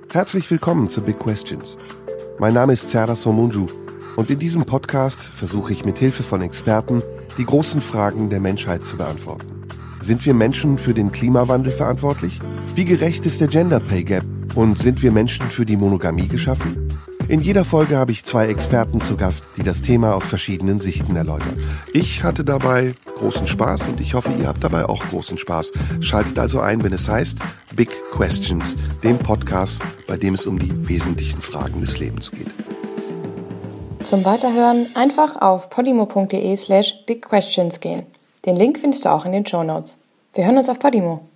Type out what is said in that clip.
Herzlich willkommen zu Big Questions. Mein Name ist Serdar Somuncu und in diesem Podcast versuche ich mit Hilfe von Experten, die großen Fragen der Menschheit zu beantworten. Sind wir Menschen für den Klimawandel verantwortlich? Wie gerecht ist der Gender Pay Gap? Und sind wir Menschen für die Monogamie geschaffen? In jeder Folge habe ich 2 Experten zu Gast, die das Thema aus verschiedenen Sichten erläutern. Ich hatte dabei großen Spaß und ich hoffe, ihr habt dabei auch großen Spaß. Schaltet also ein, wenn es heißt Big Questions, dem Podcast, bei dem es um die wesentlichen Fragen des Lebens geht. Zum Weiterhören einfach auf podimo.de/bigquestions gehen. Den Link findest du auch in den Shownotes. Wir hören uns auf Podimo.